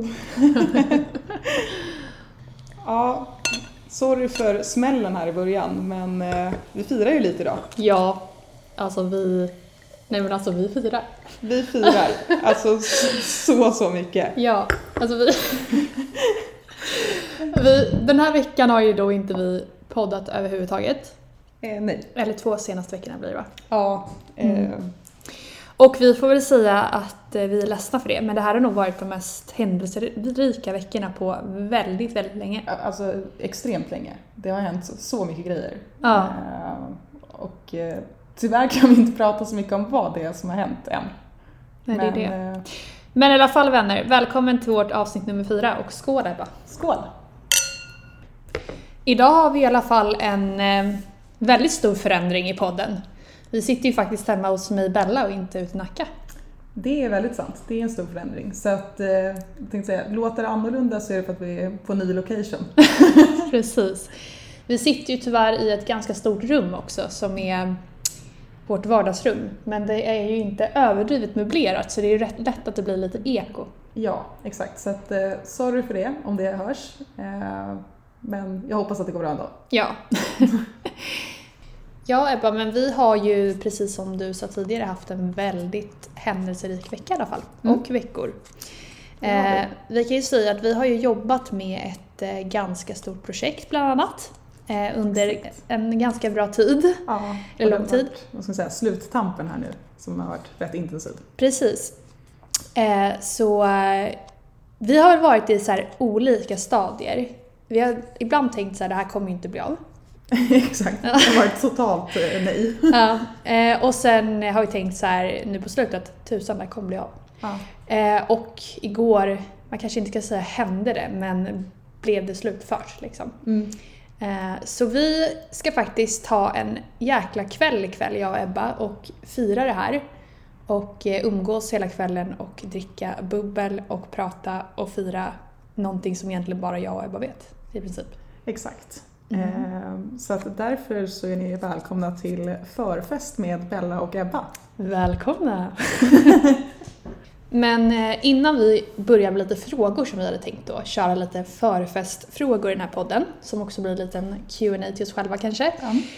Ja, sorry för smällen här i början, men vi firar ju lite idag. Ja, alltså vi firar. Vi firar, alltså så mycket. Ja, alltså den här veckan har ju då inte vi poddat överhuvudtaget. Nej. Eller 2 senaste veckorna blir det, va? Ja. Och vi får väl säga att vi är ledsna för det. Men det här har nog varit de mest händelserika veckorna på väldigt, väldigt länge. Alltså extremt länge. Det har hänt så mycket grejer. Ja. Och tyvärr kan vi inte prata så mycket om vad det är som har hänt än. Nej, det är det. Men i alla fall, vänner, välkommen till vårt avsnitt nummer 4 och skål, Ebba. Skål! Idag har vi i alla fall en väldigt stor förändring i podden. Vi sitter ju faktiskt hemma hos mig, Bella, och inte ute i Nacka. Det är väldigt sant. Det är en stor förändring. Så att, jag tänkte säga, låter det annorlunda så är det för att vi är på ny location. Precis. Vi sitter ju tyvärr i ett ganska stort rum också, som är vårt vardagsrum. Men det är ju inte överdrivet möblerat, så det är ju rätt lätt att det blir lite eko. Ja, exakt. Så att, sorry för det om det hörs. Men jag hoppas att det går bra ändå. Ja. Ja, Ebba, men vi har ju, precis som du sa tidigare, haft en väldigt händelserik vecka i alla fall. Och veckor. Vi kan ju säga att vi har ju jobbat med ett ganska stort projekt bland annat. Under en ganska bra tid. Ja, eller lång tid. Vad ska man säga, sluttampen här nu som har varit rätt intensiv. Precis. Så vi har varit i så här olika stadier. Vi har ibland tänkt så här, det här kommer ju inte bli av. Exakt, det har varit totalt nej. Ja, och sen har vi tänkt så här nu på slutet att tusan, det kommer bli av. Ja. Och igår, man kanske inte ska säga hände det, men blev det slutfört liksom. Så vi ska faktiskt ta en jäkla kväll ikväll, jag och Ebba, och fira det här. Och umgås hela kvällen och dricka bubbel och prata och fira någonting som egentligen bara jag och Ebba vet, i princip. Exakt. Så att därför så är ni välkomna till förfest med Bella och Ebba. Välkomna! Men innan vi börjar med lite frågor som vi hade tänkt då, köra lite förfestfrågor i den här podden, som också blir en liten Q&A till oss själva kanske.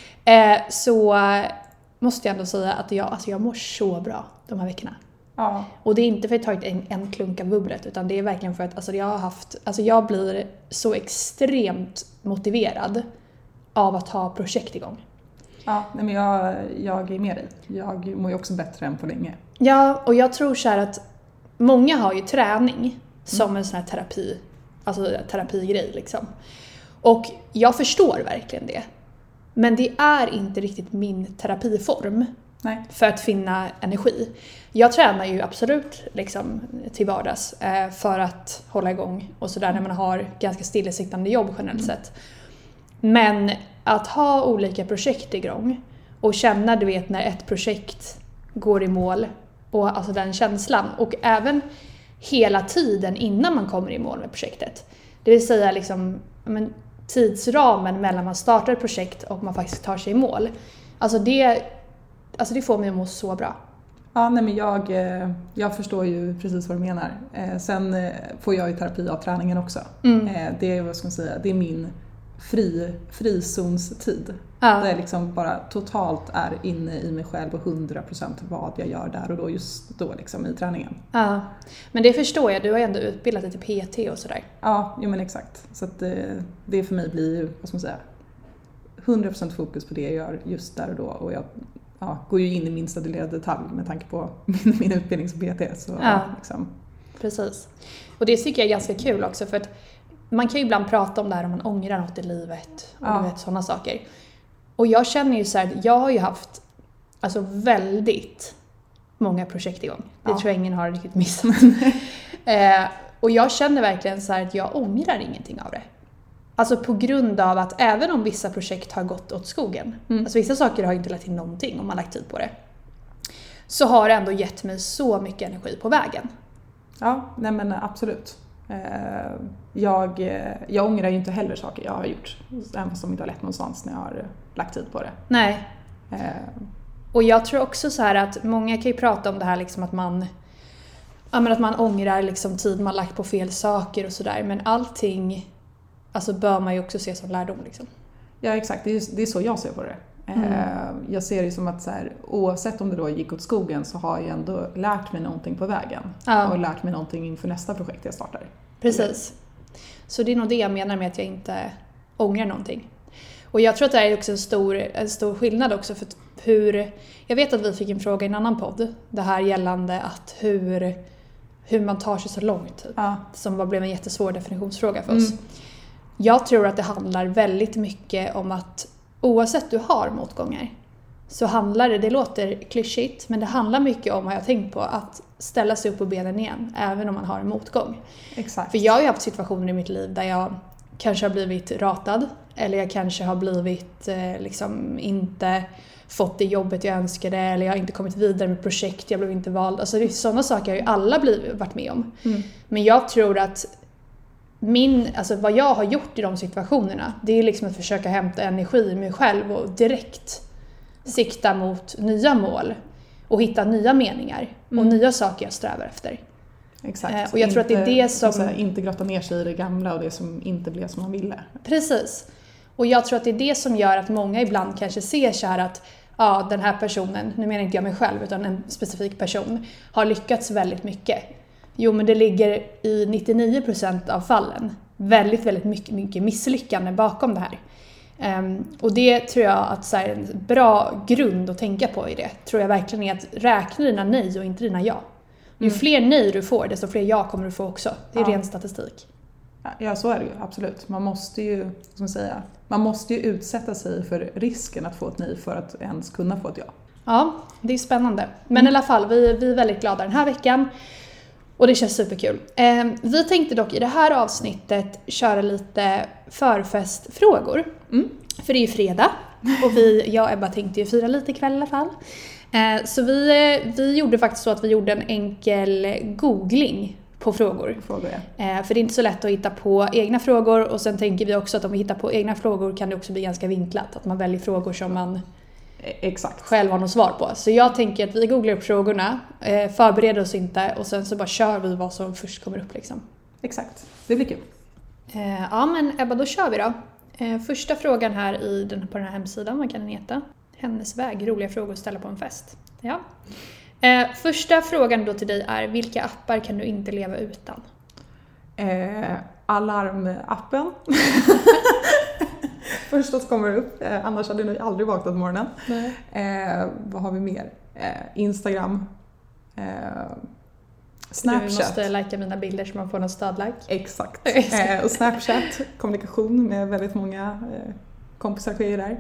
Så måste jag ändå säga att jag mår så bra de här veckorna. Ja. Och det är inte för att jag tagit en klunk av bubblet, utan det är verkligen för att jag blir så extremt motiverad av att ha projekt igång. Ja, men jag är med dig. Jag mår ju också bättre än på länge. Ja, och jag tror så här att många har ju träning som en sån här terapigrej liksom. Och jag förstår verkligen det. Men det är inte riktigt min terapiform. Nej. För att finna energi. Jag tränar ju absolut liksom till vardags för att hålla igång och sådär när man har ganska stillasittande jobb generellt sett. Men att ha olika projekt igång och känna, du vet, när ett projekt går i mål och alltså den känslan, och även hela tiden innan man kommer i mål med projektet. Det vill säga liksom, tidsramen mellan man startar ett projekt och man faktiskt tar sig i mål. Alltså det får mig att må så bra. Ja, nej, men jag förstår ju precis vad du menar. Sen får jag ju terapi av träningen också. Det är, vad ska man säga, det är min frizonstid. Där jag liksom bara totalt är inne i mig själv och 100% vad jag gör där och då, just då liksom i träningen. Ja, men det förstår jag. Du har ju ändå utbildat dig till PT och sådär. Ja, men exakt. Så att det för mig blir ju, vad ska man säga, 100% fokus på det jag gör just där och då. Och jag går ju in i minsta lilla detalj med tanke på min utbildning som PT. Så, liksom. Precis. Och det tycker jag är ganska kul också, för att man kan ju ibland prata om det här om man ångrar något i livet och du vet, sådana saker. Och jag känner ju så här, jag har ju haft alltså väldigt många projekt igång. Det tror jag ingen har riktigt missat. Och jag känner verkligen så här att jag ångrar ingenting av det. Alltså på grund av att även om vissa projekt har gått åt skogen, alltså vissa saker har inte lagt till någonting om man lagt tid på det, så har det ändå gett mig så mycket energi på vägen. Ja, nej men absolut. Jag ångrar ju inte heller saker jag har gjort, även fast de inte har lett någonstans när jag har lagt tid på det. Nej. Och jag tror också så här att många kan ju prata om det här liksom att man Ja, men att man ångrar liksom tid man lagt på fel saker och sådär. Men allting alltså bör man ju också se som lärdom liksom. Ja, exakt. Det är så jag ser på det. Jag ser det som att så här, oavsett om det då gick åt skogen så har jag ändå lärt mig någonting på vägen. Ja. Och lärt mig någonting inför nästa projekt jag startar. Precis. Så det är nog det jag menar med att jag inte ångrar någonting. Och jag tror att det är också en stor skillnad också för hur... Jag vet att vi fick en fråga i en annan podd. Det här gällande att hur man tar sig så långt. Typ, som blev en jättesvår definitionsfråga för oss. Jag tror att det handlar väldigt mycket om att oavsett du har motgångar så handlar det låter klyschigt, men det handlar mycket om, har jag tänkt på, att ställa sig upp på benen igen, även om man har en motgång. Exakt. För jag har ju haft situationer i mitt liv där jag kanske har blivit ratad, eller jag kanske har blivit liksom inte fått det jobbet jag önskade, eller jag har inte kommit vidare med projekt, jag blev inte vald. Alltså det är sådana saker har ju alla varit med om. Men jag tror att alltså vad jag har gjort i de situationerna, det är liksom att försöka hämta energi i mig själv och direkt sikta mot nya mål och hitta nya meningar och nya saker jag strävar efter. Exakt. Och jag tror att det är det som... inte grotta ner sig i det gamla och det som inte blev som man ville. Precis. Och jag tror att det är det som gör att många ibland kanske ser så här att den här personen, nu menar inte jag mig själv utan en specifik person, har lyckats väldigt mycket. Jo, men det ligger i 99% av fallen väldigt, väldigt mycket misslyckande bakom det här. Och det tror jag att så här, en bra grund att tänka på i det tror jag verkligen är att räkna dina nej och inte dina ja. Ju fler nej du får, desto fler ja kommer du få också. Det är ren statistik. Ja, så är det ju. Absolut. Man måste ju utsätta sig för risken att få ett nej för att ens kunna få ett ja. Ja, det är spännande. Men i alla fall, vi är väldigt glada den här veckan. Och det känns superkul. Vi tänkte dock i det här avsnittet köra lite förfestfrågor. För det är ju fredag. Och jag och Ebba tänkte ju fira lite ikväll i alla fall. Så vi gjorde faktiskt så att vi gjorde en enkel googling på frågor. För det är inte så lätt att hitta på egna frågor. Och sen tänker vi också att om vi hittar på egna frågor kan det också bli ganska vinklat. Att man väljer frågor som man själv har något svar på. Så jag tänker att vi googlar upp frågorna, förbereder oss inte och sen så bara kör vi vad som först kommer upp liksom. Exakt, det blir kul. Ja men Ebba, då kör vi då. Första frågan här på den här hemsidan, vad kan den heta? Hennes väg, roliga frågor att ställa på en fest. Ja. Första frågan då till dig är, vilka appar kan du inte leva utan? Alarmappen. Första som kommer upp, annars hade jag nog aldrig vaknat på morgonen. Vad har vi mer? Instagram. Snapchat. Du måste likea mina bilder så man får någon stödlike. Exakt. Och Snapchat, kommunikation med väldigt många kompisar sker där.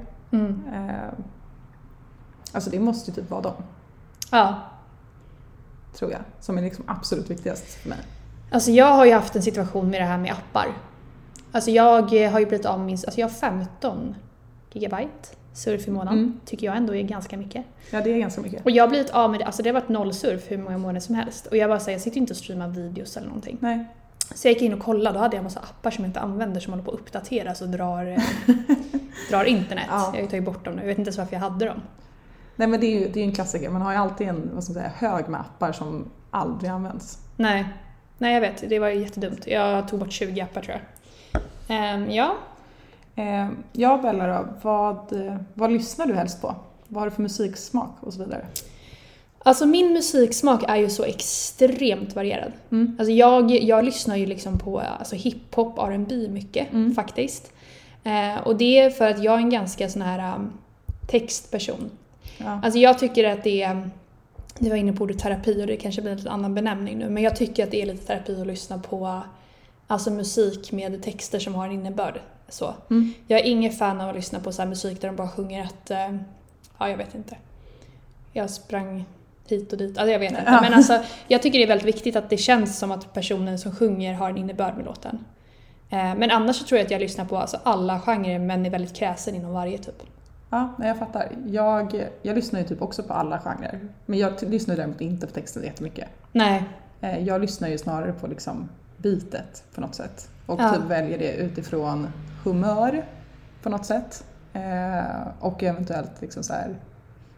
Alltså det måste ju typ vara dem. Ja. Tror jag, som är liksom absolut viktigast för mig. Alltså jag har ju haft en situation med det här med appar. Alltså jag har ju blivit av med jag har 15 gigabyte surf i månaden. Tycker jag ändå är ganska mycket. Ja, det är ganska mycket. Och jag har blivit av med det, alltså det har varit 0 surf hur många månader som helst. Och jag bara säger, jag sitter inte och streamar videos eller någonting. Nej. Så jag gick in och kollade, då hade jag en massa appar som jag inte använder som håller på att uppdateras och drar internet. Ja. Jag har ju tagit bort dem nu, jag vet inte ens varför jag hade dem. Nej, men det är ju en klassiker. Man har ju alltid en hög med appar som aldrig används. Nej, jag vet. Det var ju jättedumt. Jag tog bort 20 appar tror jag. Ja. Ja, Bella då. Vad lyssnar du helst på? Vad har du för musiksmak och så vidare? Alltså min musiksmak är ju så extremt varierad. Alltså jag lyssnar ju liksom på hiphop, R&B mycket faktiskt. Och det är för att jag är en ganska sån här textperson. Ja. Alltså jag tycker att det var inne på ordet terapi och det kanske blir en lite annan benämning nu. Men jag tycker att det är lite terapi att lyssna på musik med texter som har en innebörd. Så. Jag är ingen fan av att lyssna på så här musik där de bara sjunger att jag vet inte. Jag sprang hit och dit. Alltså jag vet inte. Ja. Men jag tycker det är väldigt viktigt att det känns som att personen som sjunger har en innebörd med låten. Men annars så tror jag att jag lyssnar på alla genrer men är väldigt kräsen inom varje typ. Ja, jag fattar. Jag lyssnar ju typ också på alla genrer. Men jag lyssnar däremot inte på texten jättemycket. Nej. Jag lyssnar ju snarare på liksom beatet på något sätt. Och typ väljer det utifrån humör på något sätt. Och eventuellt liksom så här,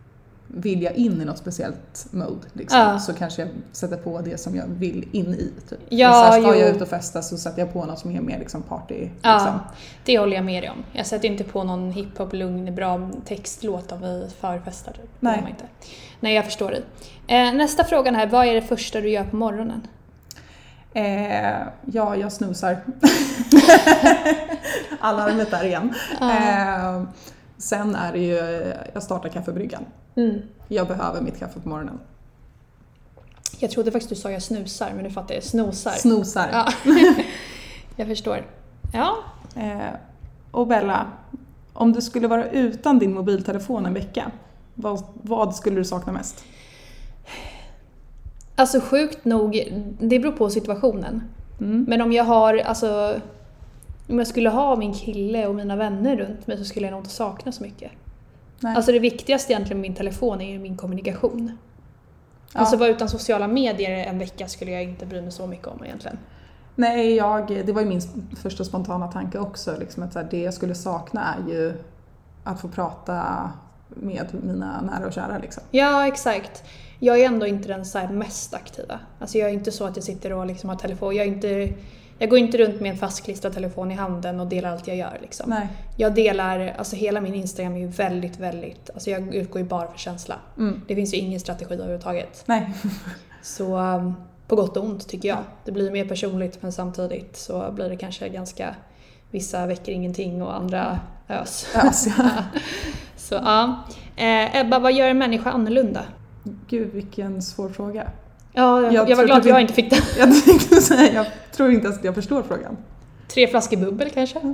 vill jag in i något speciellt mode liksom, så kanske jag sätter på det som jag vill in i. Typ. Ja, så ska jag ut och festa så sätter jag på något som är mer liksom party. Ja, liksom. det håller jag med dig om. Jag sätter inte på någon hiphop, lugn, bra textlåt av vi förfestar. Typ. Nej. Inte. Nej, jag förstår dig. Nästa fråga här, vad är det första du gör på morgonen? Ja, jag snusar. Alarmet där igen. Sen är det ju, jag startar kaffebryggan. Jag behöver mitt kaffe på morgonen. Jag trodde faktiskt du sa jag snusar, men nu fattar jag snosar. Snosar. Ja. Jag förstår. Ja. Och Bella, om du skulle vara utan din mobiltelefon en vecka, vad skulle du sakna mest? Alltså sjukt nog, det beror på situationen. Men om jag skulle ha min kille och mina vänner runt mig så skulle jag nog inte sakna så mycket. Nej. Alltså det viktigaste egentligen med min telefon är ju min kommunikation. Ja. Alltså vara utan sociala medier en vecka skulle jag inte bry mig så mycket om egentligen. Nej, det var ju min första spontana tanke också. Liksom, att så här, det jag skulle sakna är ju att få prata med mina nära och kära. Liksom. Ja, exakt. Jag är ändå inte den så här mest aktiva. Alltså jag är inte så att jag sitter och liksom har telefon. Jag går inte runt med en fastklistrad telefon i handen och delar allt jag gör. Liksom. Nej. Jag delar, alltså hela min Instagram är ju väldigt, väldigt, alltså jag utgår ju bara för känsla. Det finns ju ingen strategi överhuvudtaget. Nej. Så på gott och ont tycker jag. Det blir mer personligt men samtidigt så blir det kanske ganska, vissa väcker ingenting och andra ös. Ös, ja. Så ja. Ebba, vad gör en människa annorlunda? Gud, vilken svår fråga. Ja, jag var glad att jag inte fick den. Jag tänkte säga, jag tror inte ens att jag förstår frågan. 3 flaskor bubbel kanske?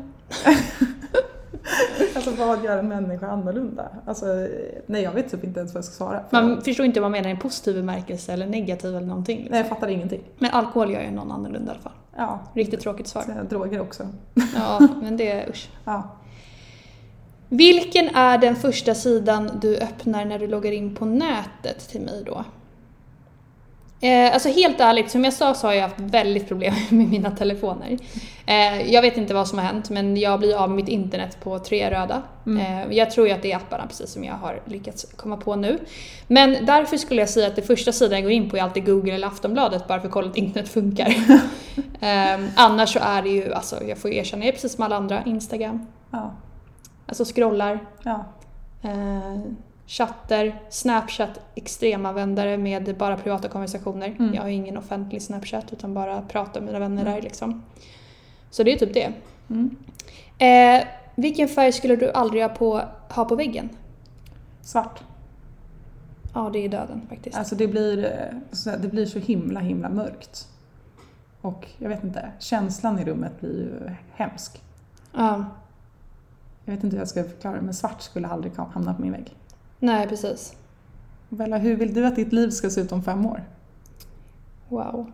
Alltså vad gör en människa annorlunda? Alltså, nej, jag vet typ inte ens vad jag ska svara. Man förstår inte vad man menar i en positiv bemärkelse eller negativ eller någonting. Liksom. Nej, jag fattar ingenting. Men alkohol gör ju någon annorlunda i alla fall. Ja. Riktigt tråkigt svar. Droger också. Ja, men det är usch. Ja. Vilken är den första sidan du öppnar när du loggar in på nätet till mig då? Alltså helt ärligt, som jag sa så har jag haft väldigt problem med mina telefoner. Jag vet inte vad som har hänt, men jag blir av med mitt internet på 3 röda. Jag tror ju att det är apparna precis som jag har lyckats komma på nu. Men därför skulle jag säga att det första sidan jag går in på är alltid Google eller Aftonbladet bara för att kolla att internet funkar. Annars så är det ju, alltså jag får erkänna, det är precis som alla andra, Instagram. Ja. Alltså scrollar. Ja. Chatter, Snapchat, extremanvändare med bara privata konversationer. Jag har ingen offentlig Snapchat utan bara pratar med mina vänner där liksom. Så det är typ det. Vilken färg skulle du aldrig ha på väggen? Svart. Ja, det är döden faktiskt. Alltså det blir så himla mörkt. Och jag vet inte, känslan i rummet blir ju hemsk. Ja. Jag vet inte hur jag ska förklara det, men svart skulle aldrig hamna på min vägg. Nej, precis. Bella, hur vill du att ditt liv ska se ut om 5 år? Wow.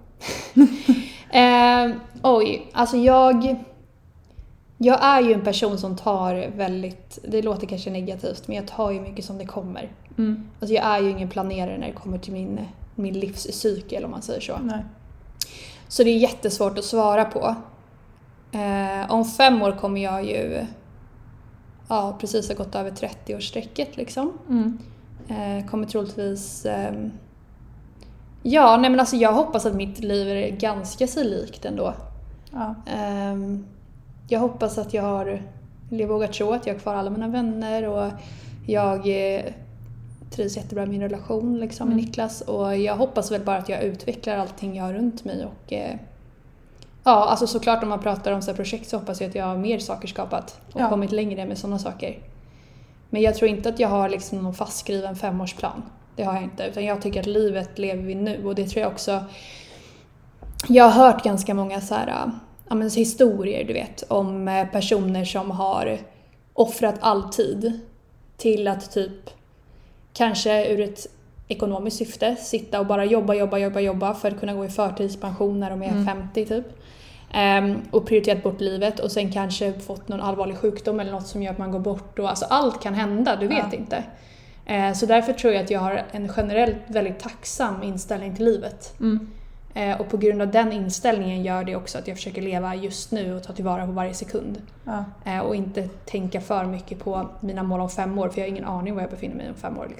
Alltså jag är ju en person som tar väldigt, det låter kanske negativt, men jag tar ju mycket som det kommer. Alltså jag är ju ingen planerare när det kommer till min livscykel om man säger så. Nej. Så det är jättesvårt att svara på. Om 5 år kommer jag ju precis ha gått över 30-årsstrecket liksom. Kommer troligtvis men alltså jag hoppas att mitt liv är ganska så likt ändå. Ja. Jag hoppas att jag vågar tro att jag har kvar alla mina vänner och jag trivs jättebra i min relation liksom, med Niklas, och jag hoppas väl bara att jag utvecklar allting jag har runt mig och alltså såklart om man pratar om så här projekt så hoppas jag att jag har mer saker skapat och kommit längre med sådana saker. Men jag tror inte att jag har liksom någon fastskriven 5-årsplan. Det har jag inte, utan jag tycker att livet lever vi nu, och det tror jag också. Jag har hört ganska många så här, historier, du vet, om personer som har offrat all tid till att typ kanske ur ett ekonomiskt syfte sitta och bara jobba för att kunna gå i förtidspension när de är 50 typ. Och prioriterat bort livet och sen kanske fått någon allvarlig sjukdom eller något som gör att man går bort, och alltså allt kan hända, du vet inte. Så därför tror jag att jag har en generellt väldigt tacksam inställning till livet. Och på grund av den inställningen gör det också att jag försöker leva just nu och ta tillvara på varje sekund. Och inte tänka för mycket på mina mål om 5 år, för jag har ingen aning var jag befinner mig om 5 år liksom.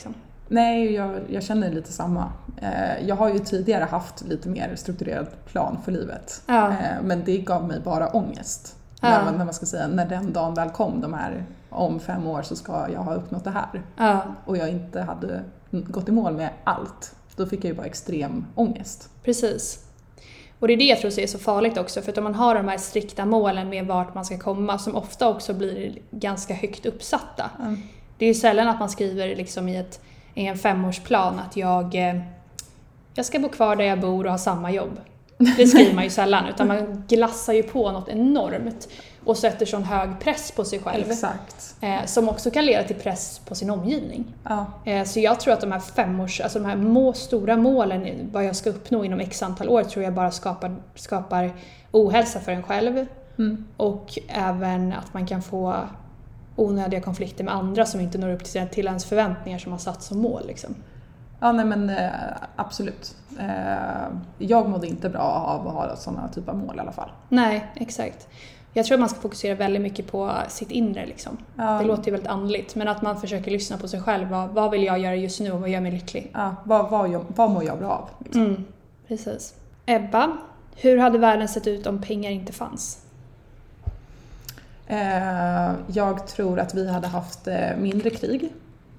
Nej, jag känner lite samma. Jag har ju tidigare haft lite mer strukturerad plan för livet. Ja. Men det gav mig bara ångest. Ja. När man ska säga, när den dagen väl kom, de här om 5 år så ska jag ha uppnått det här. Ja. Och jag inte hade gått i mål med allt. Då fick jag ju bara extrem ångest. Precis. Och det är det jag tror är så farligt också, för att om man har de här strikta målen med vart man ska komma, som ofta också blir ganska högt uppsatta. Mm. Det är ju sällan att man skriver liksom i en 5-årsplan att jag ska bo kvar där jag bor och ha samma jobb. Det skriver man ju sällan, utan man glassar ju på något enormt och sätter sån hög press på sig själv. Exakt. Som också kan leda till press på sin omgivning. Ja. Så jag tror att de här alltså de här stora målen, vad jag ska uppnå inom x antal år, tror jag bara skapar ohälsa för en själv. Mm. Och även att man kan få onödiga konflikter med andra som inte når upp till ens förväntningar som har satt som mål. Liksom. Ja, nej men absolut. Jag mådde inte bra av att ha sådana typer av mål i alla fall. Nej, exakt. Jag tror att man ska fokusera väldigt mycket på sitt inre. Liksom. Ja. Det låter ju väldigt andligt, men att man försöker lyssna på sig själv. Vad vill jag göra just nu och vad gör mig lycklig? Ja, vad mår jag bra av? Liksom. Precis. Ebba, hur hade världen sett ut om pengar inte fanns? Jag tror att vi hade haft mindre krig.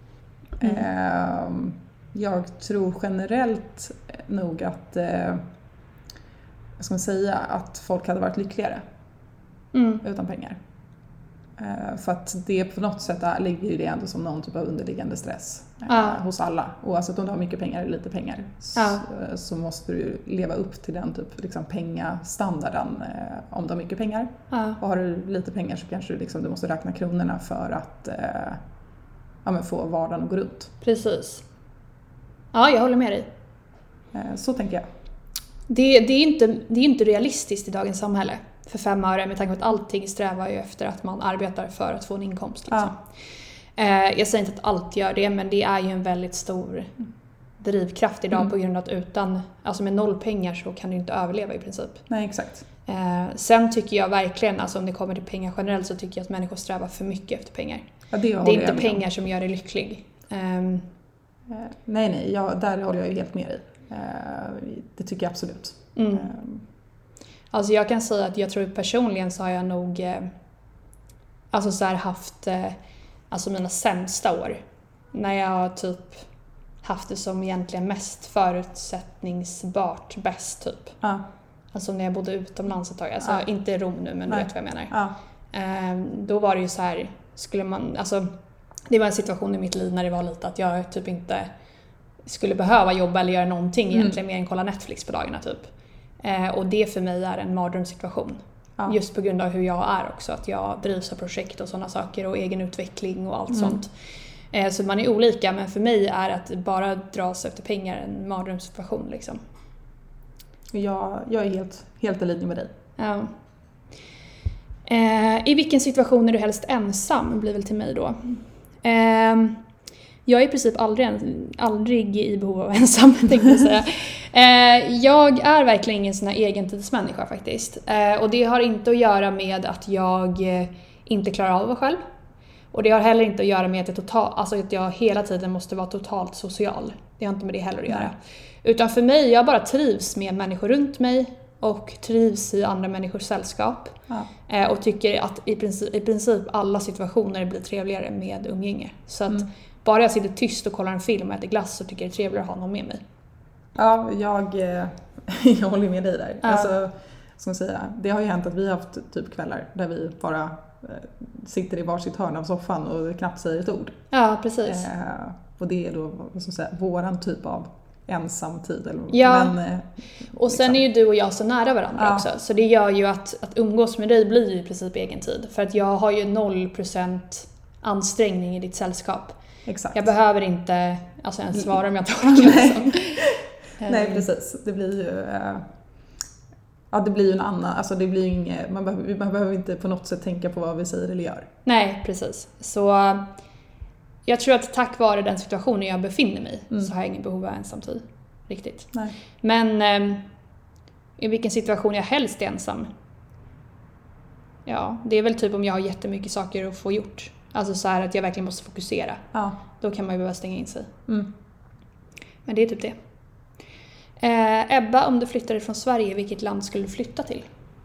Jag tror generellt nog att vad ska man säga, att folk hade varit lyckligare utan pengar. För att det på något sätt ligger ju det ändå som någon typ av underliggande stress hos alla. Oavsett om du har mycket pengar eller lite pengar så måste du leva upp till den typ liksom pengastandarden om du har mycket pengar. Och har du lite pengar så kanske du måste räkna kronorna för att få vardagen att gå runt. Precis. Ja, jag håller med dig. Så tänker jag. Det är inte realistiskt i dagens samhälle för 5 öre, med tanke på att allting strävar ju efter att man arbetar för att få en inkomst. Liksom. Jag säger inte att allt gör det, men det är ju en väldigt stor drivkraft idag på grund av att med 0 pengar så kan du inte överleva i princip. Nej, exakt. Sen tycker jag verkligen, alltså om det kommer till pengar generellt, så tycker jag att människor strävar för mycket efter pengar. Ja, det är inte pengar som gör dig lycklig. Nej, där håller jag ju helt med dig. Det tycker jag absolut. Alltså jag kan säga att jag tror personligen så har jag nog haft mina sämsta år. När jag har typ haft det som egentligen mest förutsättningsbart bäst typ. Alltså när jag bodde utomlands ett tag. Alltså inte i Rom nu, men du vet vad jag menar. Då var det ju så här, det var en situation i mitt liv när det var lite att jag typ inte skulle behöva jobba eller göra någonting egentligen mer än kolla Netflix på dagarna typ. Och det för mig är en mardrömssituation. Just på grund av hur jag är också. Att jag drivs av projekt och sådana saker och egen utveckling och allt sånt. Så man är olika, men för mig är att bara dras efter pengar en mardrömssituation liksom. Jag är helt i linje med dig. Ja. I vilken situation är du helst ensam, blir väl till mig då. Jag är i princip aldrig i behov av ensam, tänkte jag säga. Jag är verkligen ingen sån här egentidsmänniska faktiskt. Och det har inte att göra med att jag inte klarar av att vara själv. Och det har heller inte att göra med att jag hela tiden måste vara totalt social. Det har inte med det heller att göra. Utan för mig, jag bara trivs med människor runt mig och trivs i andra människors sällskap. Och tycker att i princip alla situationer blir trevligare med umgänge. Så att bara jag sitter tyst och kollar en film och äter glass så tycker jag det är trevligare att ha någon med mig. Ja, jag håller med dig där. Alltså, som säga, det har ju hänt att vi har haft typ kvällar där vi bara sitter i varsitt hörn av soffan och knappt säger ett ord. Ja, precis. Och det är då våran typ av ensamtid. Och sen är ju du och jag så nära varandra också. Så det gör ju att umgås med dig blir ju i princip egen tid. För att jag har ju 0% ansträngning i ditt sällskap. Exakt. Jag behöver inte ens svara om jag inte orkar. Nej, precis. Det blir ju... det blir ju en annan... Alltså det blir ju inget... Man behöver inte på något sätt tänka på vad vi säger eller gör. Nej, precis. Så jag tror att tack vare den situationen jag befinner mig så har jag ingen behov av ensamtid. Riktigt. Nej. Men i vilken situation jag helst är ensam? Ja, det är väl typ om jag har jättemycket saker att få gjort. Alltså så här att jag verkligen måste fokusera. Ja. Då kan man ju behöva stänga in sig. Mm. Men det är typ det. Ebba, om du flyttade från Sverige, vilket land skulle du flytta till?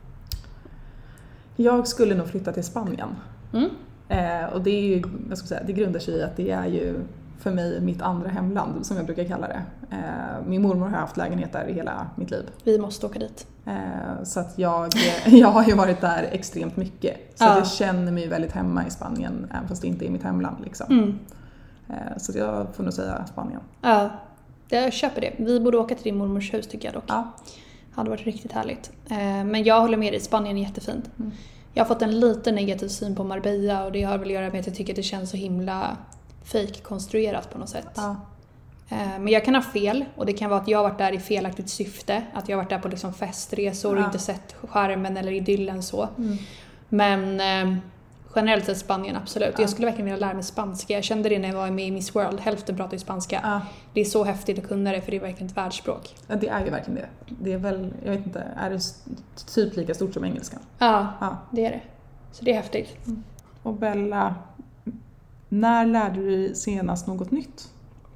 Jag skulle nog flytta till Spanien. Mm. Och det är ju, vad ska jag säga, det grundar sig i att det är ju för mig mitt andra hemland, som jag brukar kalla det. Min mormor har haft lägenhet där i hela mitt liv. Vi måste åka dit. Så att jag har ju varit där extremt mycket. Så jag känner mig väldigt hemma i Spanien, även fast det inte är mitt hemland. Liksom. Så jag får nog säga Spanien. Ja, jag köper det. Vi borde åka till din mormors hus tycker jag dock. Ja. Det hade varit riktigt härligt. Men jag håller med dig, Spanien är jättefint. Jag har fått en lite negativ syn på Marbella och det har väl att göra med att jag tycker att det känns så himla fake-konstruerat på något sätt. Ja. Men jag kan ha fel och det kan vara att jag har varit där i felaktigt syfte. Att jag har varit där på liksom festresor och inte sett skärmen eller idyllen så. Men generellt sett Spanien, absolut. Jag skulle verkligen vilja lära mig spanska. Jag kände det när jag var med i Miss World. Hälften pratar ju spanska. Ja. Det är så häftigt att kunna det för det är verkligen ett världsspråk. Ja, det är ju verkligen det. Det är väl, jag vet inte, är det typ lika stort som engelskan? Ja, det är det. Så det är häftigt. Och Bella, när lärde du dig senast något nytt?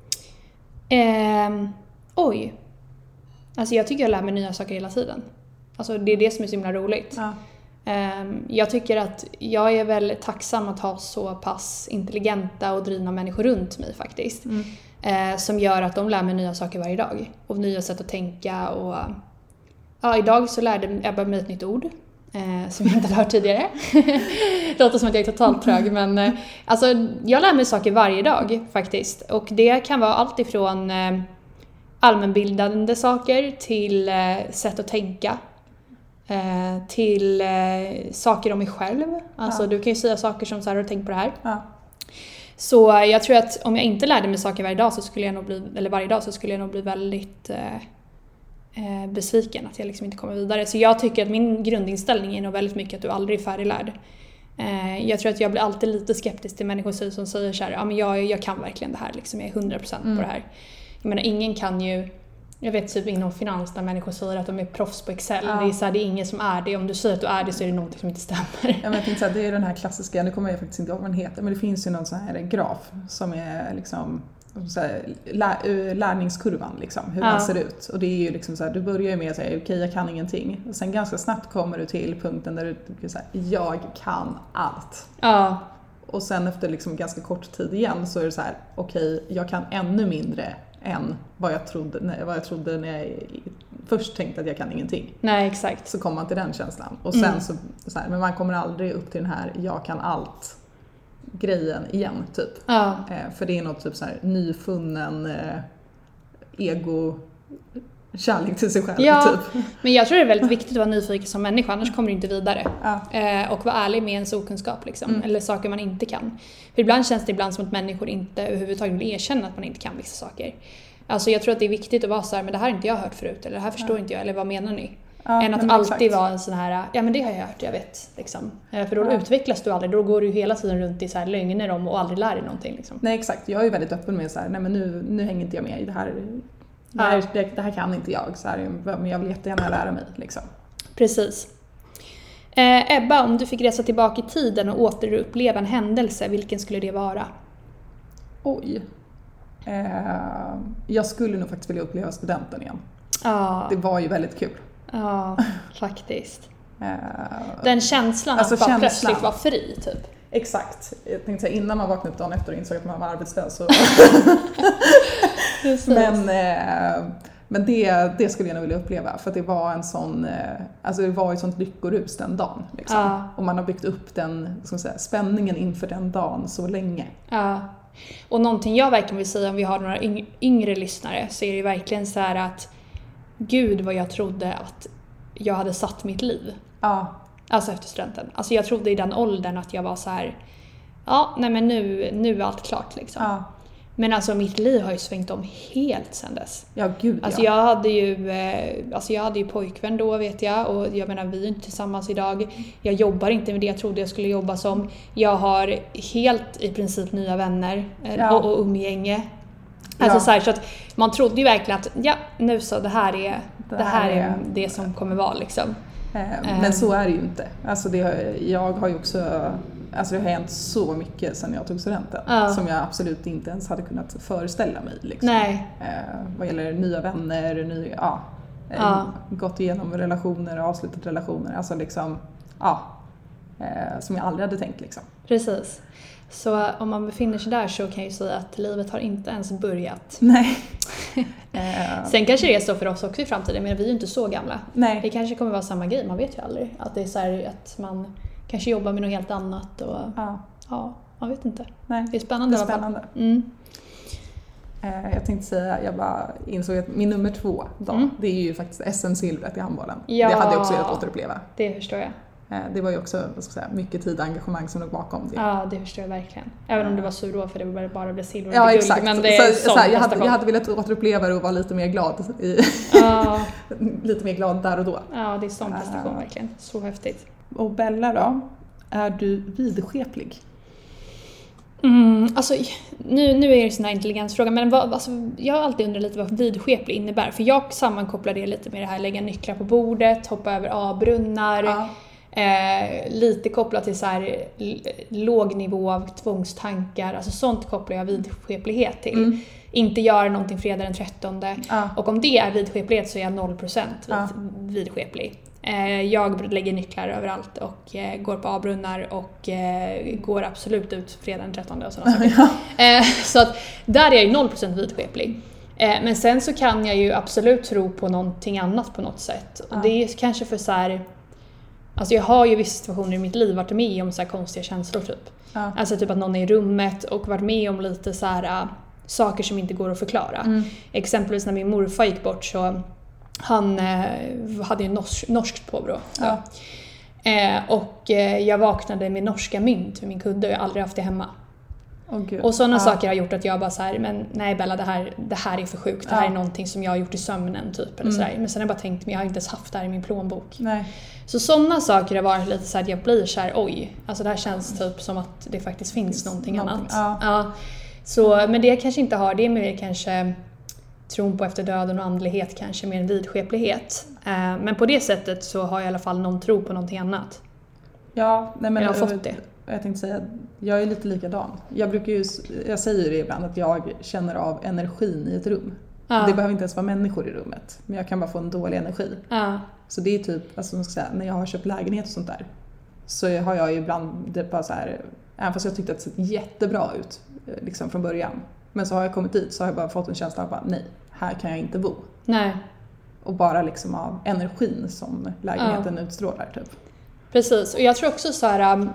Oj. Alltså jag tycker jag lär mig nya saker hela tiden. Alltså det är det som är så himla roligt. Ja. Jag tycker att jag är väl tacksam att ha så pass intelligenta och drivna människor runt mig faktiskt. Som gör att de lär mig nya saker varje dag. Och nya sätt att tänka. Och idag så lärde Ebba mig ett nytt ord. Som jag inte hade hört tidigare. Det låter som att jag är totalt trög. Men alltså, jag lär mig saker varje dag faktiskt. Och det kan vara allt ifrån allmänbildande saker till sätt att tänka. Till saker om mig själv. Alltså du kan ju säga saker som så här, har du tänkt på det här? Ja. Så jag tror att om jag inte lärde mig saker varje dag så skulle jag nog bli väldigt besviken att jag liksom inte kommer vidare. Så jag tycker att min grundinställning är nog väldigt mycket att du aldrig är färdiglärd. Jag tror att jag blir alltid lite skeptisk till människor som säger så här, ja men jag kan verkligen det här liksom, jag är 100% på det här. Jag menar ingen kan ju. Jag vet typ inom finans där människor säger att de är proffs på Excel. Ja. Det är ingen som är det. Om du säger att du är det så är det någonting som inte stämmer. Ja, men jag tänkte så här, det är den här klassiska, nu kommer jag faktiskt inte ihåg vad den heter, men det finns ju någon sån här graf som är liksom så här, lärningskurvan liksom, hur den ser ut. Och det är ju liksom så här, du börjar ju med att säga okej, jag kan ingenting. Och sen ganska snabbt kommer du till punkten där du säger jag kan allt. Ja. Och sen efter liksom ganska kort tid igen så är det så här, okej, jag kan ännu mindre än vad jag trodde när jag först tänkte att jag kan ingenting. Nej, exakt. Så kommer man till den känslan. Och sen så här, men man kommer aldrig upp till den här jag kan allt grejen igen typ. Ja. För det är något typ så här nyfunnen ego kärlek till sig själv typ. Men jag tror det är väldigt viktigt att vara nyfiken som människa, annars kommer du inte vidare. Ja. Och vara ärlig med ens okunskap liksom, eller saker man inte kan. För ibland känns det ibland som att människor inte överhuvudtaget vill erkänna att man inte kan vissa saker. Alltså jag tror att det är viktigt att vara så här, men det här har inte jag hört förut, eller det här förstår inte jag, eller vad menar ni? Ja, än att alltid vara en sån här, ja men det har jag hört, jag vet liksom. För då utvecklas du aldrig, då går du hela tiden runt i så här lögner om och aldrig lär dig någonting liksom. Nej exakt, jag är väldigt öppen med så här, nej men nu hänger inte jag med i det här. Det här kan inte jag, så här, men jag vill jättegärna lära mig liksom. Precis. Ebba, om du fick resa tillbaka i tiden och återuppleva en händelse, vilken skulle det vara? Oj. Jag skulle nog faktiskt vilja uppleva studenten igen. Det var ju väldigt kul. Ja, faktiskt. Den känslan att bara plötsligt vara fri typ. Exakt. Jag tänkte säga, innan man vaknade upp dagen efter och insåg att man var arbetslös. Så men det skulle jag nog vilja uppleva. För att det var en sån, alltså det var ett sånt lyckorus den dagen. Liksom. Och man har byggt upp den, ska man säga, spänningen inför den dagen så länge. Ja. Och någonting jag verkligen vill säga om vi har några yngre lyssnare så är det verkligen så här att gud vad jag trodde att jag hade satt mitt liv. Ja. Alltså efter studenten. Alltså jag trodde i den åldern att jag var så här, ja, nej men nu är allt klart liksom. Ja. Men alltså mitt liv har ju svängt om helt sedan dess. Ja, gud ja. Alltså jag hade ju pojkvän då vet jag. Och jag menar vi är inte tillsammans idag. Jag jobbar inte med det jag trodde jag skulle jobba som. Jag har helt i princip nya vänner och umgänge. Alltså så här, så att man trodde ju verkligen att nu så det här är det som kommer vara liksom. Men så är det ju inte. Alltså jag har ju också Alltså det har hänt så mycket sedan jag tog studenten som jag absolut inte ens hade kunnat föreställa mig. Liksom. Nej. Vad gäller nya vänner, gått igenom relationer och avslutat relationer. Alltså liksom, som jag aldrig hade tänkt liksom. Precis. Så om man befinner sig där så kan jag ju säga att livet har inte ens börjat. Nej. Sen kanske det är så för oss också i framtiden, men vi är ju inte så gamla. Nej. Det kanske kommer vara samma grej, man vet ju aldrig. Att det är så här att man kanske jobbar med något helt annat och man vet inte. Nej. Det är spännande. Det är spännande. Jag tänkte säga, jag bara insåg att min nummer 2 då, det är ju faktiskt SM-silvret i handbollen. Ja, det hade jag också velat återuppleva. Det förstår jag. Det var ju också, vad ska jag säga, mycket tid och engagemang som låg bakom det. Ja, det förstår jag verkligen. Även om du var sur då för det bara blev silver och ja, guld. Exakt. Men det är jag hade velat återuppleva det och vara lite mer glad lite mer glad där och då. Ja, det är sån prestation verkligen. Så häftigt. Och Bella då? Är du vidskeplig? Alltså, nu är det en sån här intelligensfråga, men jag har alltid undrat lite vad vidskeplig innebär. För jag sammankopplar det lite med det här lägga nycklar på bordet, hoppa över A-brunnar. Lite kopplat till så här låg nivå av tvångstankar, alltså sånt kopplar jag vidskeplighet till. Inte göra någonting fredag den 13. Och om det är vidskeplighet så är jag 0% vidskeplig. Jag lägger nycklar överallt och går på A-brunnar och går absolut ut fredag den 13 och sådana saker. Så att där är jag ju 0% vidskeplig. Men sen så kan jag ju absolut tro på någonting annat på något sätt. Och det är kanske för så här. Alltså jag har ju vissa situationer i mitt liv varit med om så här konstiga känslor typ. Alltså typ att någon är i rummet och varit med om lite så här saker som inte går att förklara. Exempelvis när min morfar gick bort så han hade ju norskt påbrå. Och jag vaknade med norska mynt med min kudde och jag har aldrig haft det hemma. Och sådana saker har gjort att jag bara så här, men nej Bella, det här är för sjukt. Det här är någonting som jag har gjort i sömnen typ. Eller så där. Men sen har jag bara tänkt, men jag har inte ens haft det här i min plånbok. Nej. Så sådana saker har varit lite så här att jag blir så här, oj. Alltså det här känns typ som att det faktiskt finns någonting annat. Så, men det jag kanske inte har, det är mer kanske tron på efter döden och andlighet, kanske mer en vidskeplighet. Men på det sättet så har jag i alla fall någon tro på någonting annat. Ja, nej, men jag har fått det. Jag tänkte säga, jag är lite likadan. Jag säger det ibland att jag känner av energin i ett rum. Det behöver inte ens vara människor i rummet, men jag kan bara få en dålig energi. Så det är typ, alltså, när jag har köpt lägenhet och sånt där, så har jag ibland det bara så här, även fast jag tyckte att det sett jättebra ut liksom från början, men så har jag kommit dit så har jag bara fått en känsla av att nej, här kan jag inte bo. Nej. Och bara liksom av energin som lägenheten utstrålar typ. Precis, och jag tror också så här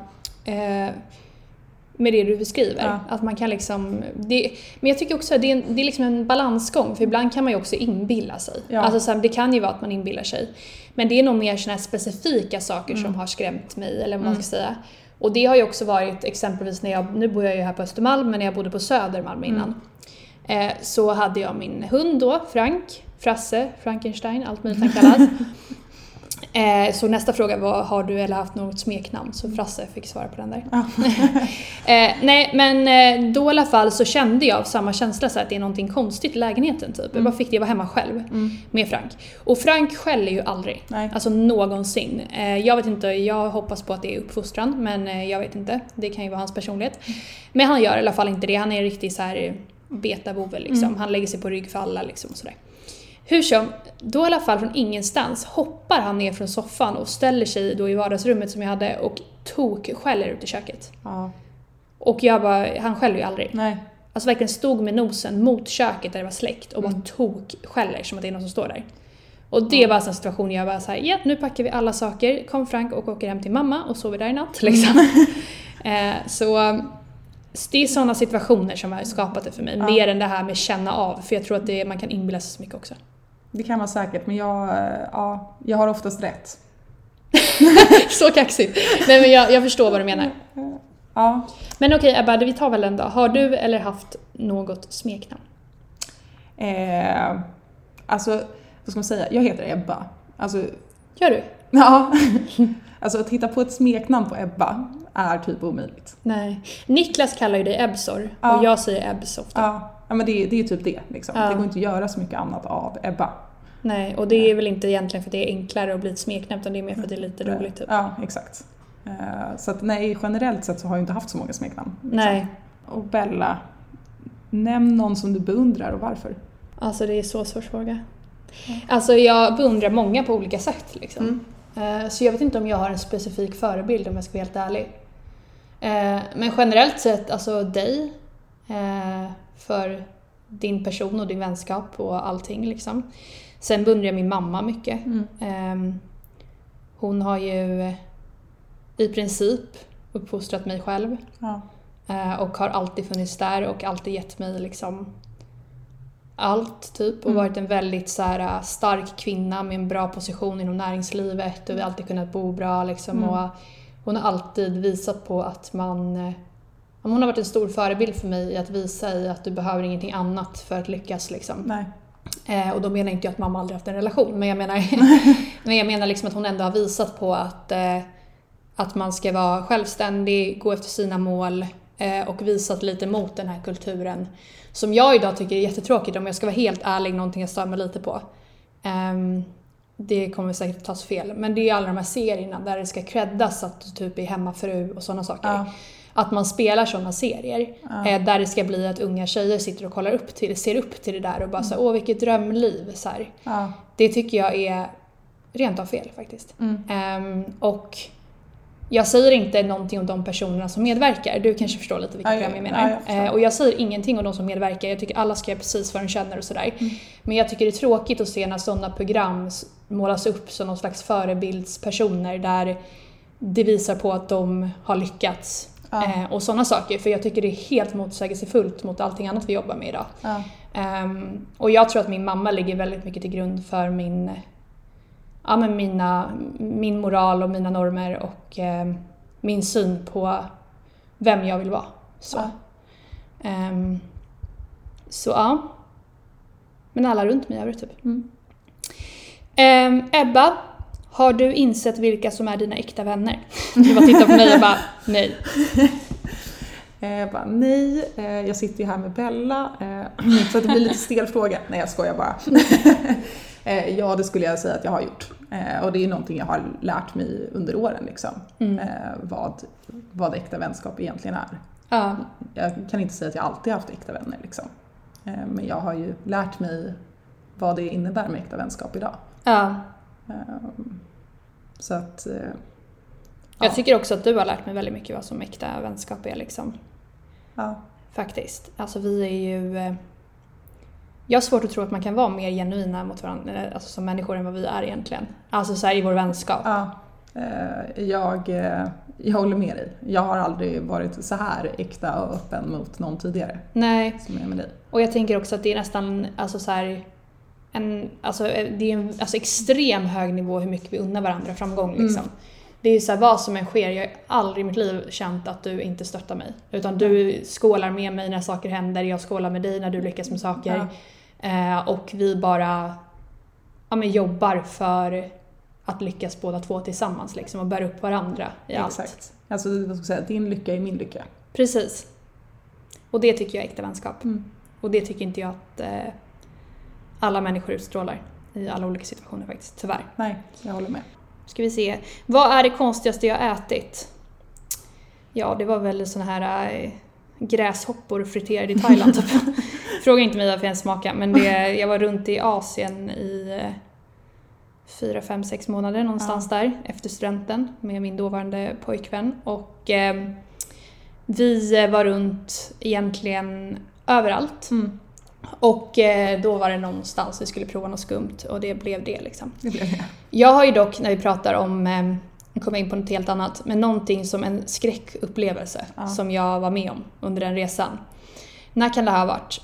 med det du beskriver, att man kan liksom men jag tycker också att det är liksom en balansgång, för ibland kan man ju också inbilla sig. Alltså så här, det kan ju vara att man inbillar sig, men det är nog mer såna här specifika saker som har skrämt mig, eller vad man ska säga. Och det har ju också varit exempelvis nu bor jag ju här på Östermalm, men när jag bodde på Södermalm innan, så hade jag min hund då, Frasse, Frankenstein, allt möjligt han kallas. Så nästa fråga var, har du eller haft något smeknamn? Så Frasse fick svara på den där. Nej, men då i alla fall så kände jag samma känsla, så att det är någonting konstigt i lägenheten typ. Jag bara fick det, jag var hemma själv med Frank. Och Frank skäller ju aldrig. Nej. Alltså någonsin. Jag vet inte, jag hoppas på att det är uppfostran, men jag vet inte. Det kan ju vara hans personlighet. Men han gör i alla fall inte det. Han är en riktig så här beta-vovve liksom. Han lägger sig på rygg för alla liksom och sådär. Hur som, då i alla fall från ingenstans hoppar han ner från soffan och ställer sig då i vardagsrummet som jag hade och skäller ut i köket. Och jag bara, han skäller ju aldrig. Nej. Alltså verkligen stod med nosen mot köket där det var släckt och bara skäller som att det är någon som står där. Och det var en situation jag bara såhär, ja nu packar vi alla saker, kom Frank och åker hem till mamma och sover där i natt liksom. Så det är sådana situationer som har skapat det för mig. Mer än det här med känna av. För jag tror att man kan inbilla sig så mycket också. Det kan vara säkert, men jag har oftast rätt. Så kaxigt. Nej, men jag förstår vad du menar. Ja. Men okej, Ebba, vi tar väl en dag. Har du eller haft något smeknamn? Alltså, vad ska man säga? Jag heter Ebba. Alltså, gör du? Ja. Alltså att hitta på ett smeknamn på Ebba är typ omöjligt. Nej. Niklas kallar ju dig Ebbsor och jag säger Ebbs ofta. Ja, men det är ju typ det liksom. Det går inte att göra så mycket annat av Ebba. Nej, och det är väl inte egentligen för att det är enklare att bli ett smeknamn, utan det är mer för att det är lite roligt typ. Ja, exakt. Så att nej, generellt sett så har jag inte haft så många smeknamn. Liksom. Nej. Och Bella, nämn någon som du beundrar och varför? Alltså det är så svår fråga. Alltså jag beundrar många på olika sätt liksom. Så jag vet inte om jag har en specifik förebild om jag ska vara helt ärlig. Men generellt sett, alltså dig, för din person och din vänskap och allting liksom. Sen beundrar jag min mamma mycket. Hon har ju i princip uppfostrat mig själv. Ja. Och har alltid funnits där och alltid gett mig liksom allt typ. Och varit en väldigt så här, stark kvinna med en bra position inom näringslivet. Och vi har alltid kunnat bo bra liksom. Och hon har alltid visat på att hon har varit en stor förebild för mig i att visa i att du behöver ingenting annat för att lyckas liksom. Nej. Och då menar inte jag att mamma aldrig haft en relation, men jag menar liksom att hon ändå har visat på att man ska vara självständig, gå efter sina mål och visat lite mot den här kulturen som jag idag tycker är jättetråkigt, om jag ska vara helt ärlig, någonting jag stör mig lite på. Det kommer säkert att tas fel, men det är alla de här serierna där det ska creddas att du typ är hemmafru och sådana saker. Ja. Att man spelar sådana serier där det ska bli att unga tjejer sitter och ser upp till det där och bara så vilket drömliv så här. Ja. Det tycker jag är rent av fel faktiskt. Och jag säger inte någonting om de personerna som medverkar. Du kanske förstår lite vilka program jag menar. Och jag säger ingenting om de som medverkar. Jag tycker alla ska göra precis vad de känner och sådär. Men jag tycker det är tråkigt att se när sådana program målas upp som någon slags förebildspersoner där det visar på att de har lyckats. Och sådana saker. För jag tycker det är helt motsägelsefullt mot allting annat vi jobbar med idag. Och jag tror att min mamma ligger väldigt mycket till grund för min moral och mina normer och min syn på vem jag vill vara. Så ja. Men alla runt mig över typ. Ebba, har du insett vilka som är dina äkta vänner? Du bara tittar på mig och bara, nej. Nej, jag sitter ju här med Bella. Så att det blir lite stel fråga. Nej, jag skojar bara. Ja, det skulle jag säga att jag har gjort. Och det är någonting jag har lärt mig under åren. Liksom. Vad äkta vänskap egentligen är. Jag kan inte säga att jag alltid haft äkta vänner. Liksom. Men jag har ju lärt mig vad det innebär med äkta vänskap idag. Så att... Jag tycker också att du har lärt mig väldigt mycket vad som äkta vänskap är liksom. Faktiskt. Alltså vi är ju... Jag har svårt att tro att man kan vara mer genuina mot varandra, alltså som människor, än vad vi är egentligen. Alltså så här i vår vänskap. Jag håller med dig. Jag har aldrig varit så här äkta och öppen mot någon tidigare. Nej. Som jag är med dig. Och jag tänker också att det är nästan alltså så här det är en extrem hög nivå hur mycket vi unnar varandra framgång liksom. Det är ju så här, vad som än sker, jag har aldrig i mitt liv känt att du inte stöttar mig. Utan du skålar med mig när saker händer, jag skålar med dig när du lyckas med saker. Och vi bara jobbar för att lyckas båda två tillsammans liksom, och bära upp varandra i allt. Exakt. Alltså du ska säga, din lycka är min lycka. Precis. Och det tycker jag är äkta vänskap. Och det tycker inte jag att alla människor utstrålar i alla olika situationer faktiskt, tyvärr. Nej, jag håller med. Ska vi se. Vad är det konstigaste jag ätit? Ja, det var väl såna här gräshoppor friterade i Thailand typ. Fråga inte mig varför jag smakar, men jag var runt i Asien i 4-5-6 månader någonstans där efter studenten med min dåvarande pojkvän, och vi var runt egentligen överallt. Och då var det någonstans vi skulle prova något skumt, och det blev det liksom. Det blev det. Jag har ju dock, när vi pratar om, kommer in på något helt annat, men någonting som en skräckupplevelse som jag var med om under den resan. När kan det ha varit?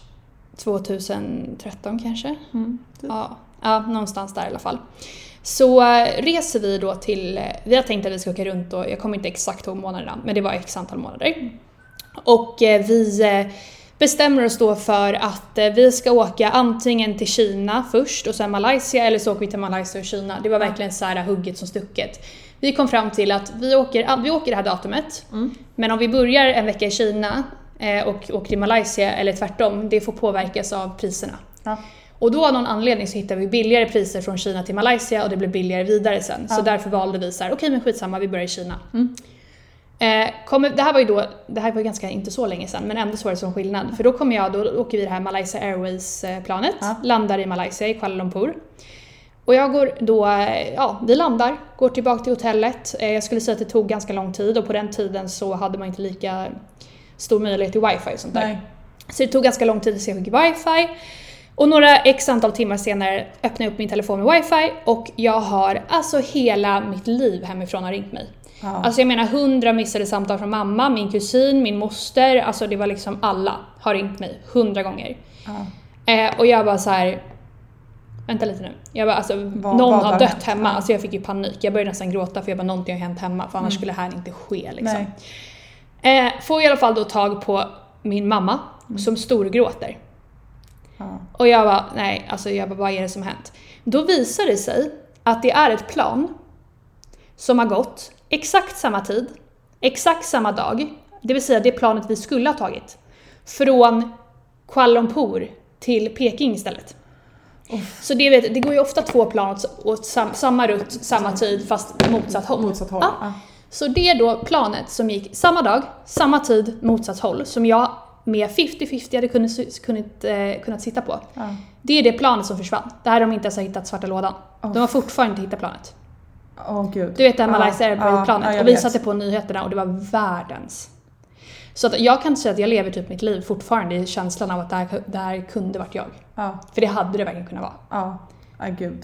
2013 kanske? Ja, någonstans där i alla fall. Så reser vi då till, vi har tänkt att vi ska åka runt, och jag kommer inte exakt ihåg månaderna, men det var x antal månader. Och vi bestämmer oss då för att vi ska åka antingen till Kina först och sen Malaysia, eller så åker vi till Malaysia och Kina. Det var verkligen så här hugget som stucket. Vi kom fram till att vi åker det här datumet, men om vi börjar en vecka i Kina och åker till Malaysia eller tvärtom, det får påverkas av priserna. Och då av någon anledning så hittade vi billigare priser från Kina till Malaysia och det blev billigare vidare sen. Så därför valde vi så här, okej, men skitsamma, vi börjar i Kina. Det här var ganska inte så länge sedan, men ändå så var det som skillnad. För då åker vi det här Malaysia Airways-planet, landar i Malaysia, i Kuala Lumpur. Och jag går då, vi landar, går tillbaka till hotellet. Jag skulle säga att det tog ganska lång tid och på den tiden så hade man inte lika stor möjlighet till wifi och sånt där. Nej. Så det tog ganska lång tid att se wifi. Och några antal timmar senare öppnar jag upp min telefon med wifi och jag har, alltså hela mitt liv hemifrån har ringt mig. Alltså jag menar 100 missade samtal från mamma, min kusin, min moster, alltså det var liksom alla har ringt mig 100 gånger. Och jag bara så här, vänta lite nu. Jag bara, alltså, någon har dött hemma. Alltså jag fick ju panik. Jag började nästan gråta för jag bara, någonting har hänt hemma. För annars skulle det här inte ske liksom. Får i alla fall då tag på min mamma som storgråter. Och jag bara, nej, alltså jag bara, vad är det som har hänt? Då visar det sig att det är ett plan som har gått exakt samma tid, exakt samma dag. Det vill säga det planet vi skulle ha tagit. Från Kuala Lumpur till Peking istället. Så det går ju ofta 2 plan åt samma rutt, samma tid, fast motsatt håll. Så det är då planet som gick samma dag, samma tid, motsatt håll, som jag med 50-50 hade kunnat sitta på. Det är det planet som försvann. Det här har de inte ens hittat svarta lådan. De har fortfarande inte hittat planet. Gud. Du vet det här Malaysia Airways-planet. Och vi satte på nyheterna och det var världens. Så att jag kan säga att jag lever typ mitt liv fortfarande i känslan av att det här kunde varit jag. För det hade det verkligen kunnat vara. Gud.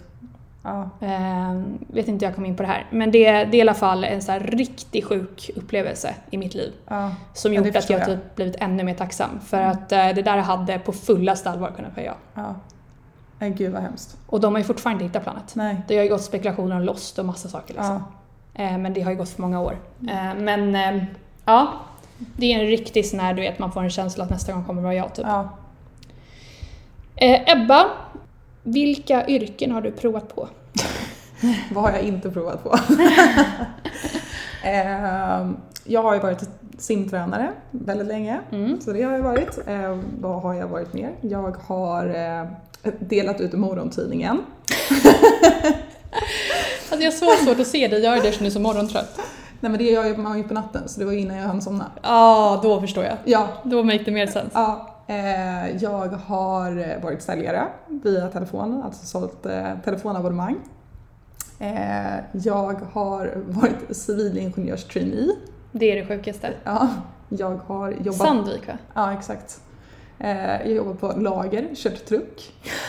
Vet inte jag kom in på det här. Men det är i alla fall en så här riktigt sjuk upplevelse i mitt liv. Som gjort att jag typ blivit ännu mer tacksam. För att det där hade på fullaste allvar kunnat vara jag. Gud vad hemskt. Och de har ju fortfarande inte hittat planet. Nej. Det har ju gått spekulationer om Lost och massa saker liksom. Men det har ju gått för många år. Men det är en riktig sån här, du vet, man får en känsla att nästa gång kommer det vara jag typ. Ebba, vilka yrken har du provat på? Vad har jag inte provat på? Jag har ju varit simtränare väldigt länge. Så det har jag varit. Vad har jag varit mer? Jag har delat ut morgontidningen. Alltså jag har så svårt att se dig göra det som är så morgontrött. Nej, men det gör man ju på natten, så det var innan jag hann somna. Då förstår jag. Ja. Då make det mer sens. Jag har varit säljare via telefon, alltså sålt telefonabonnemang. Jag har varit civilingenjörstrainee. Det är det sjukaste. Ja, jag har jobbat... Sandvik, va? Ja, exakt. Jag jobbar på lager, kört truck.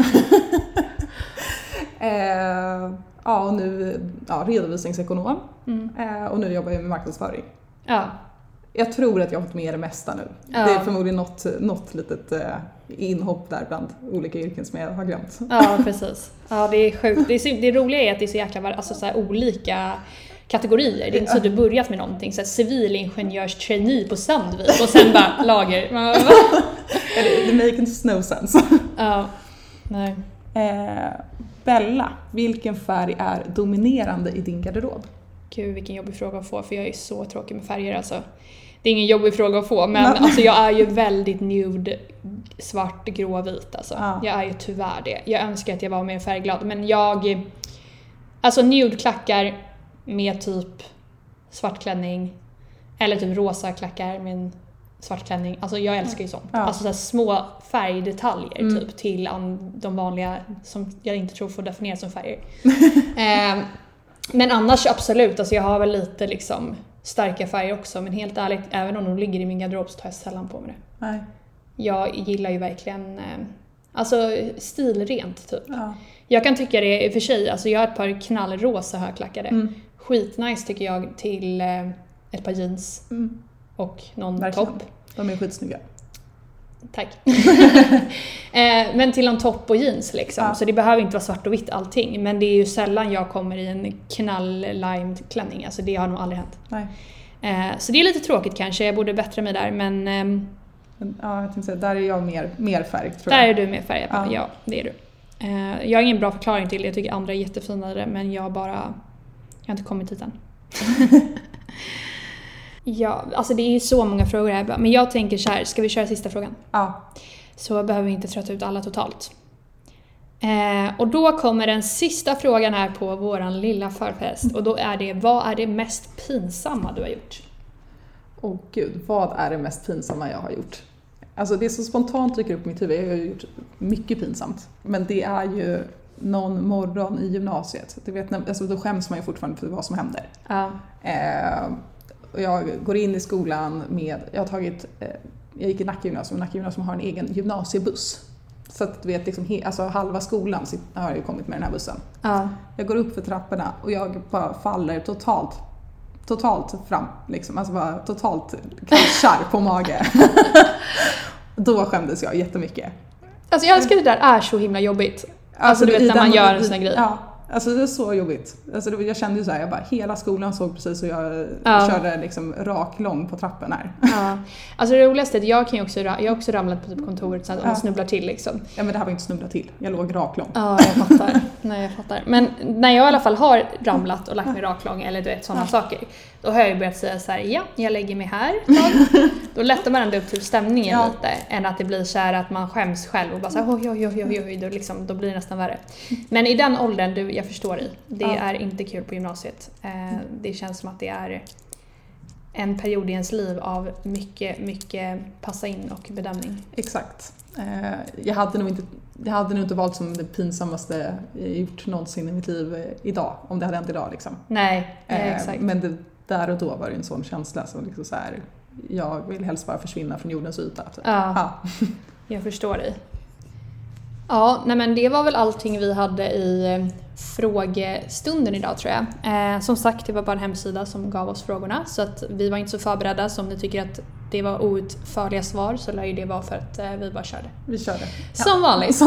Och nu redovisningsekonom. Och nu jobbar jag med marknadsföring. Jag tror att jag har fått med det mesta nu. Det är förmodligen något litet inhopp där bland olika yrken som jag har glömt. Ja, precis. Ja, det är sjukt. Det roliga är att det är så jäkla så här olika kategorier. Det är inte så att du börjat med någonting så här civilingenjörstrainee på Sandvik och sen bara lager. Det makes no sense. Nej. Bella, vilken färg är dominerande i din garderob? Gud, vilken jobbig fråga att få, för jag är så tråkig med färger alltså. Det är ingen jobbig fråga att få, men alltså, jag är ju väldigt nude, svart, grå, vit alltså. Jag är ju tyvärr det. Jag önskar att jag var mer färgglad, men alltså nude klackar med typ svart klänning eller typ rosa klackar med en svart klänning. Alltså jag älskar ju sånt. Alltså så här små färgdetaljer typ till de vanliga som jag inte tror får definieras som färger. Men annars absolut, alltså jag har väl lite liksom starka färger också, men helt ärligt, även om de ligger i min garderob så tar jag sällan på mig det. Nej. Jag gillar ju verkligen alltså stilrent typ. Jag kan tycka det i och för sig, alltså jag har ett par knallrosa högklackade. Skitnice tycker jag till ett par jeans och någon topp. De är skitsnygga. Tack. Men till en topp och jeans liksom. Så det behöver inte vara svart och vitt allting. Men det är ju sällan jag kommer i en knall-lime klänning. Alltså det har nog aldrig hänt. Nej. Så det är lite tråkigt kanske. Jag borde bättra mig där. Men jag tänkte säga, där är jag mer färg tror jag. Där är du mer färg. Ja, det är du. Jag har ingen bra förklaring till det. Jag tycker andra är jättefinare. Men jag har inte kommit hit än. Ja, alltså det är ju så många frågor här. Men jag tänker så här, ska vi köra sista frågan? Ja. Så behöver vi inte trötta ut alla totalt. Och då kommer den sista frågan här på våran lilla förfest. Och då är det, vad är det mest pinsamma du har gjort? Åh gud, vad är det mest pinsamma jag har gjort? Alltså det är så spontant dyker upp i mitt huvud. Jag har gjort mycket pinsamt. Men det är ju någon morgon i gymnasiet. Du vet, alltså då skäms man ju fortfarande för vad som händer. Ja. Och jag går in i skolan med, jag gick i Nacka gymnasium har en egen gymnasiebuss. Så att du vet, liksom, alltså halva skolan har ju kommit med den här bussen. Ja. Jag går upp för trapporna och jag bara faller totalt fram. Liksom. Alltså bara totalt kraschar på mage. Då skämdes jag jättemycket. Alltså jag älskar det där är så himla jobbigt. Alltså du vet när man gör en sån här grej. Ja, alltså det är så jobbigt. Alltså jag kände ju så här, hela skolan såg precis och jag körde liksom raklång på trappen här. Ja. Alltså det roligaste är att jag har också ramlat på typ kontoret och man snubblar till liksom. Ja men det här var inte snubbla till, jag låg raklång. Ja, jag fattar. Nej, jag fattar. Men när jag i alla fall har ramlat och lagt mig raklång eller du vet sådana saker, då har jag ju börjat säga så här: ja, jag lägger mig här. Då lättar man ändå upp till stämningen lite, än att det blir så här att man skäms själv och bara så här, då blir det nästan värre. Men i den åldern, jag förstår dig. Det är inte kul på gymnasiet. Det känns som att det är en period i ens liv av mycket passa in och bedömning. Exakt. Jag hade nog inte valt som det pinsammaste jag gjort någonsin i mitt liv idag, om det hade hänt idag liksom. Nej, exakt. Men det, där och då var det en sån känsla som liksom så här, jag vill helst bara försvinna från jordens yta. Typ. Ja. Jag förstår dig. Ja, nej men det var väl allting vi hade i frågestunden idag tror jag. Som sagt, det var bara en hemsida som gav oss frågorna, så att vi var inte så förberedda. Så om ni tycker att det var outförliga svar så lär ju det vara för att vi bara körde. Vi körde. Som vanligt.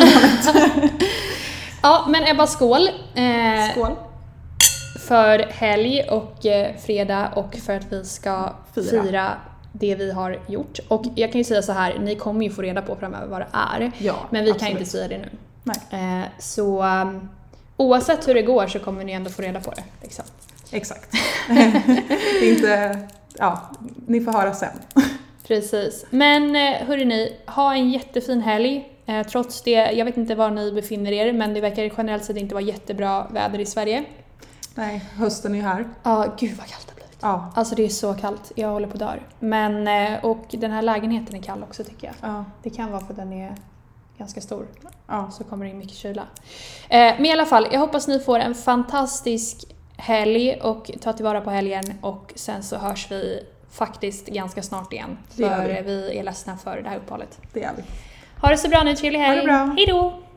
Ja, men Ebba, skål. Skål. För helg och fredag och för att vi ska fira det vi har gjort. Och jag kan ju säga så här, ni kommer ju få reda på framöver vad det är. Ja, men vi absolut. kan inte säga det nu. Nej. Så oavsett hur det går så kommer ni ändå få reda på det. Liksom. Exakt. Det är inte, ni får höra sen. Precis. Men hörrni, ha en jättefin helg. Trots det, jag vet inte var ni befinner er, men det verkar generellt sett inte vara jättebra väder i Sverige. Nej, hösten är här. Ja, gud vad kallt det har blivit. Ja. Alltså det är så kallt, jag håller på att dö. Men, och den här lägenheten är kall också tycker jag. Ja. Det kan vara för att den är ganska stor. Ja. Så kommer det in mycket kyla. Men i alla fall, jag hoppas ni får en fantastisk helg och ta tillvara på helgen. Och sen så hörs vi faktiskt ganska snart igen. För vi är ledsna för det här uppehållet. Det är vi. Ha det så bra nu, trevlig helg. Ha det bra. Hej då!